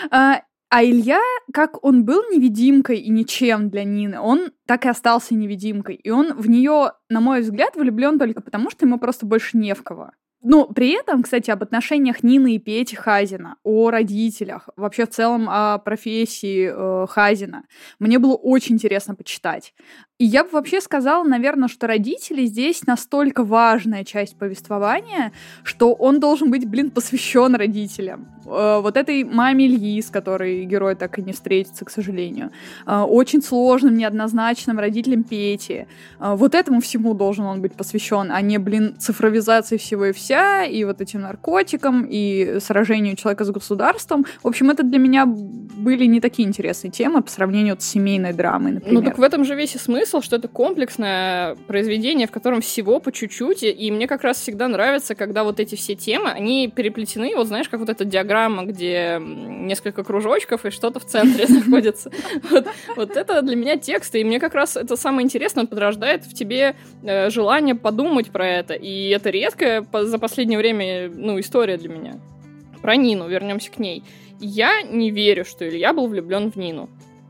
А Илья, как он был невидимкой и ничем для Нины, он так и остался невидимкой. И он в нее, на мой взгляд, влюблен только потому, что ему просто больше не в кого. Ну, при этом, кстати, об отношениях Нины и Пети Хазина, о родителях, вообще в целом о профессии Хазина, мне было очень интересно почитать. И я бы вообще сказала, наверное, что родители здесь настолько важная часть повествования, что он должен быть, посвящен родителям. Вот этой маме Ильи, с которой герой так и не встретится, к сожалению. Очень сложным, неоднозначным родителям Пети. Вот этому всему должен он быть посвящен, а не, цифровизации всего и вся, и вот этим наркотикам, и сражению человека с государством. В общем, это для меня были не такие интересные темы по сравнению с семейной драмой, например. Ну, так в этом же весь и смысл, что это комплексное произведение, в котором всего по чуть-чуть, и мне как раз всегда нравится, когда вот эти все темы, они переплетены, вот знаешь, как вот эта диаграмма, где несколько кружочков и что-то в центре находится. Вот это для меня тексты, и мне как раз это самое интересное, он подрождает в тебе желание подумать про это, и это редкая за последнее время, история для меня. Про Нину, вернемся к ней. Я не верю, что Илья был влюблен в Нину.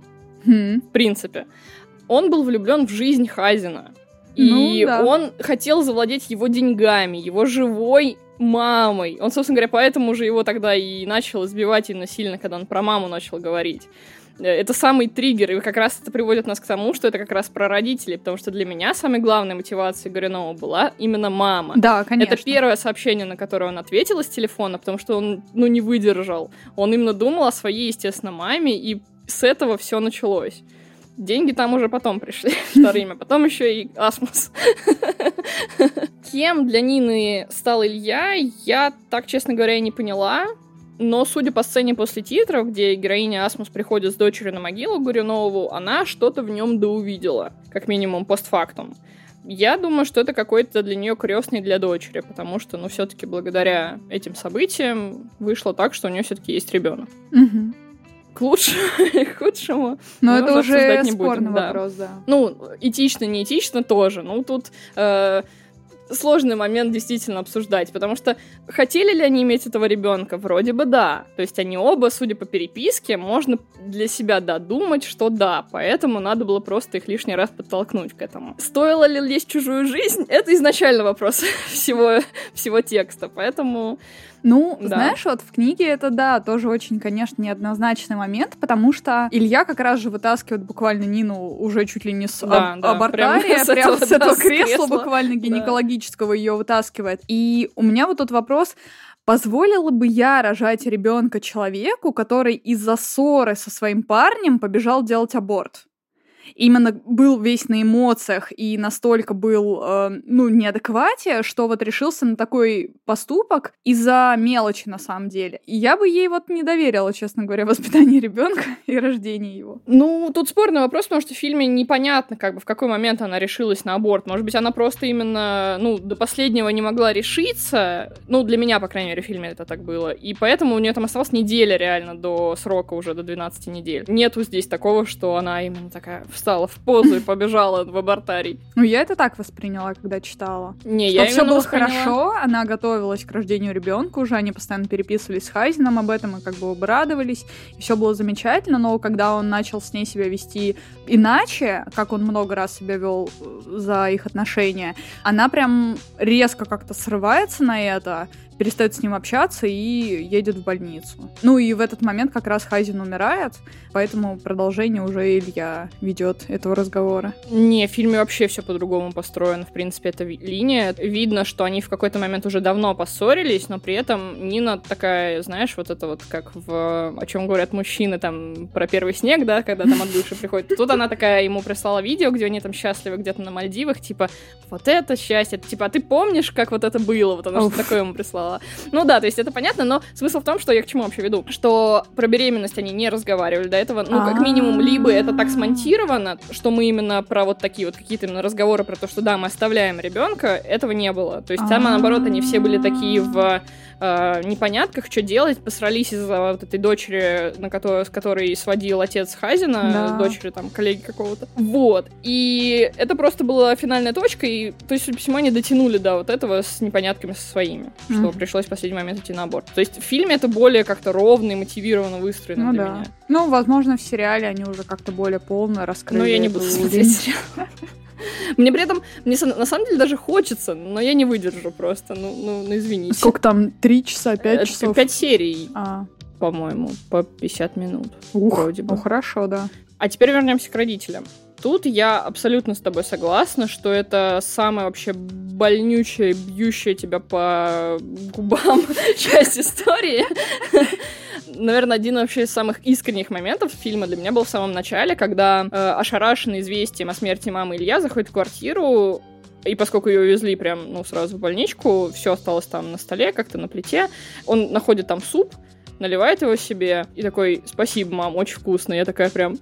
В принципе. Он был влюблен в жизнь Хазина. И он хотел завладеть его деньгами, его живой мамой. Он, собственно говоря, поэтому же его тогда и начал избивать и насильно, когда он про маму начал говорить. Это самый триггер, и как раз это приводит нас к тому, что это как раз про родителей, потому что для меня самой главной мотивацией Горюнова была именно мама. Да, конечно. Это первое сообщение, на которое он ответил из телефона, потому что он, не выдержал. Он именно думал о своей, естественно, маме, и с этого все началось. Деньги там уже потом пришли вторыми, потом еще и Асмус. Кем для Нины стал Илья, я так, честно говоря, и не поняла. Но, судя по сцене после титров, где героиня Асмус приходит с дочерью на могилу Горюнову, она что-то в нем доувидела, как минимум постфактум. Я думаю, что это какой-то для нее крестный для дочери, потому что, все-таки благодаря этим событиям вышло так, что у нее все-таки есть ребенок. К лучшему и к худшему. Но это уже спорный вопрос, да. Этично, не этично тоже. Тут сложный момент действительно обсуждать, потому что хотели ли они иметь этого ребенка? Вроде бы да. То есть они оба, судя по переписке, можно для себя додумать, что да, поэтому надо было просто их лишний раз подтолкнуть к этому. Стоило ли лезть в чужую жизнь? Это изначально вопрос всего текста, поэтому... Знаешь, вот в книге это, да, тоже очень, конечно, неоднозначный момент, потому что Илья как раз же вытаскивает буквально Нину уже чуть ли не с абортария, прямо с этого кресла буквально гинекологического ее вытаскивает. И у меня вот тут вопрос, позволила бы я рожать ребенка человеку, который из-за ссоры со своим парнем побежал делать аборт? Именно был весь на эмоциях и настолько был, неадеквате, что вот решился на такой поступок из-за мелочи на самом деле. И я бы ей не доверила, честно говоря, воспитание ребенка и рождение его. Тут спорный вопрос, потому что в фильме непонятно, в какой момент она решилась на аборт. Может быть, она просто именно, до последнего не могла решиться. Для меня, по крайней мере, в фильме это так было. И поэтому у нее там осталась неделя реально до срока уже, до 12 недель. Нету здесь такого, что она именно такая... встала в позу и побежала в абортарий. Ну, я это так восприняла, когда читала. Не, что я все было восприняла... хорошо, она готовилась к рождению ребенка уже, они постоянно переписывались с Хайзеном об этом и как бы обрадовались, и все было замечательно, но когда он начал с ней себя вести иначе, как он много раз себя вел за их отношения, она прям резко как-то срывается на это, перестает с ним общаться и едет в больницу. Ну и в этот момент как раз Хайзен умирает, поэтому продолжение уже Илья ведет этого разговора. Не, в фильме вообще все по-другому построено. В принципе, эта линия. Видно, что они в какой-то момент уже давно поссорились, но при этом Нина такая, знаешь, вот это вот как в «О чем говорят мужчины», там, про первый снег, да, когда там от бывшей приходит. Тут она такая ему прислала видео, где они там счастливы где-то на Мальдивах, типа, вот это счастье, типа, а ты помнишь, как вот это было? Вот она что-то такое ему прислала. Ну да, то есть это понятно, но смысл в том, что я к чему вообще веду, что про беременность они не разговаривали до этого, ну, как минимум, либо это так смонтировано, что мы именно про вот такие вот какие-то именно разговоры про то, что да, мы оставляем ребенка, этого не было. То есть там, наоборот, они все были такие в непонятках, что делать, посрались из-за вот этой дочери, с которой сводил отец Хайзена, дочери там коллеги какого-то. Вот. И это просто была финальная точка, и, то есть, почему они дотянули до вот этого с непонятками со своими, что пришлось в последний момент идти на аборт. То есть в фильме это более как-то ровно и мотивированно выстроено для меня. Ну, возможно, в сериале они уже как-то более полно раскрыли. Но я не буду смотреть сериал. Мне при этом, на самом деле даже хочется, но я не выдержу просто, ну извините. Сколько там, 3 часа, 5 часов? 5 серий, по-моему, по 50 минут. Вроде бы. Ну хорошо, да. А теперь вернемся к родителям. Тут я абсолютно с тобой согласна, что это самая вообще больнючая, бьющая тебя по губам часть истории. Наверное, один вообще из самых искренних моментов фильма для меня был в самом начале, когда ошарашенный известием о смерти мамы Илья заходит в квартиру, и поскольку ее увезли прям, сразу в больничку, все осталось там на столе, как-то на плите, он находит там суп, наливает его себе и такой: спасибо, мам, очень вкусно. Я такая прям...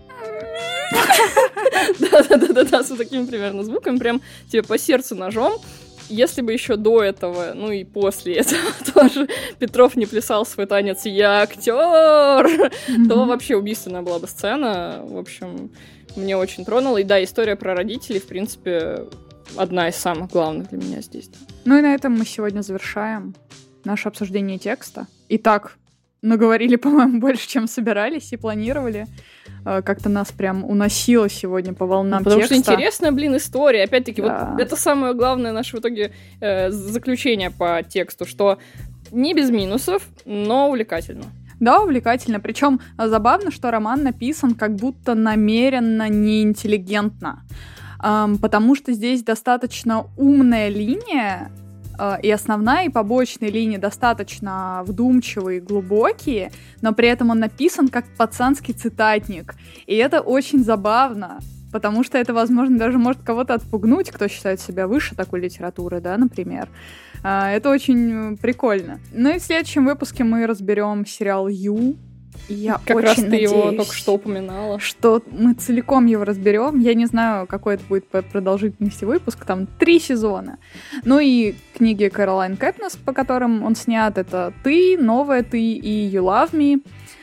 Да-да-да, с вот такими примерно звуками, прям тебе по сердцу ножом. Если бы еще до этого, ну и после этого тоже Петров не плясал свой танец «Я актер», то вообще убийственная была бы сцена. В общем, мне очень тронуло. И да, история про родителей, в принципе, одна из самых главных для меня здесь. Ну и на этом мы сегодня завершаем наше обсуждение текста. Итак, наговорили, по-моему, больше, чем собирались и планировали. Как-то нас прям уносило сегодня по волнам потому текста. Потому что интересная, история. Опять-таки, да. Вот это самое главное наше в итоге заключение по тексту, что не без минусов, но увлекательно. Да, увлекательно. Причем забавно, что роман написан как будто намеренно неинтеллигентно. Потому что здесь достаточно умная линия, и основная, и побочные линии достаточно вдумчивые, глубокие, но при этом он написан как пацанский цитатник. И это очень забавно, потому что это, возможно, даже может кого-то отпугнуть, кто считает себя выше такой литературы, да, например. Это очень прикольно. Ну и в следующем выпуске мы разберем сериал «Ю». И я как очень раз ты надеюсь, его только что упоминала. Что мы целиком его разберем. Я не знаю, какой это будет по продолжительности выпуск. Там 3 сезона. Ну и книги Кэролайн Кэпнес, по которым он снят. Это «Ты», «Новая ты» и «You Love Me».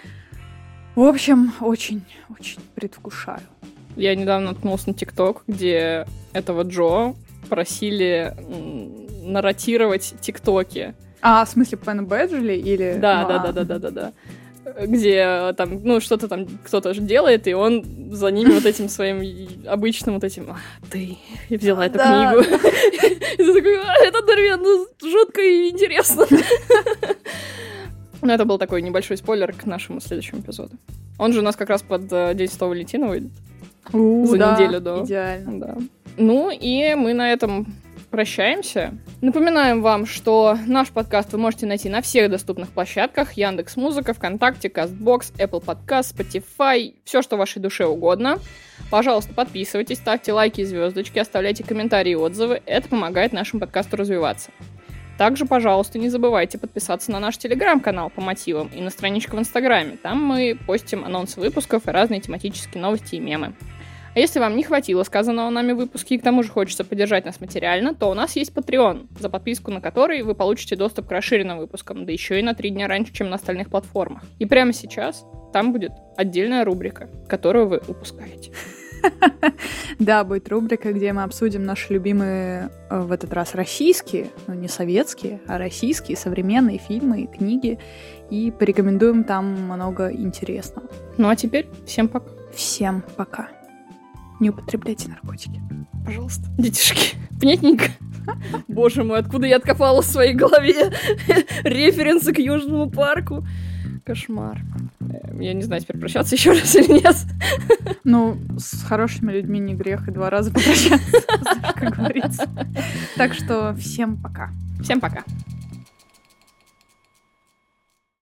В общем, очень-очень предвкушаю. Я недавно наткнулась на ТикТок, где этого Джо просили нарратировать ТикТоки. В смысле, Пен Бэджли или... Да. Где там, что-то там кто-то же делает, и он за ними вот этим своим обычным вот этим: ты, я взяла эту книгу. И ты такой: это одновременно жутко и интересно. Ну, это был такой небольшой спойлер к нашему следующему эпизоду. Он же у нас как раз под День Святого Валентина выйдет. За неделю до. Идеально. Да. Ну, и мы на этом прощаемся. Напоминаем вам, что наш подкаст вы можете найти на всех доступных площадках: Яндекс.Музыка, ВКонтакте, Castbox, Apple Podcast, Spotify, все, что вашей душе угодно. Пожалуйста, подписывайтесь, ставьте лайки и звездочки, оставляйте комментарии и отзывы. Это помогает нашему подкасту развиваться. Также, пожалуйста, не забывайте подписаться на наш телеграм-канал по мотивам и на страничку в Инстаграме. Там мы постим анонсы выпусков и разные тематические новости и мемы. А если вам не хватило сказанного нами в выпуске и к тому же хочется поддержать нас материально, то у нас есть Patreon, за подписку на который вы получите доступ к расширенным выпускам, да еще и на 3 дня раньше, чем на остальных платформах. И прямо сейчас там будет отдельная рубрика, которую вы упускаете. Да, будет рубрика, где мы обсудим наши любимые, в этот раз российские, ну не советские, а российские современные фильмы и книги, и порекомендуем там много интересного. Ну а теперь всем пока. Всем пока. Не употребляйте наркотики. Пожалуйста. Детишки. Понятненько. Боже мой, откуда я откопала в своей голове референсы к Южному парку? Кошмар. Я не знаю, теперь прощаться еще раз или нет. Ну, с хорошими людьми не грех и 2 раза попрощаться, как говорится. Так что всем пока. Всем пока.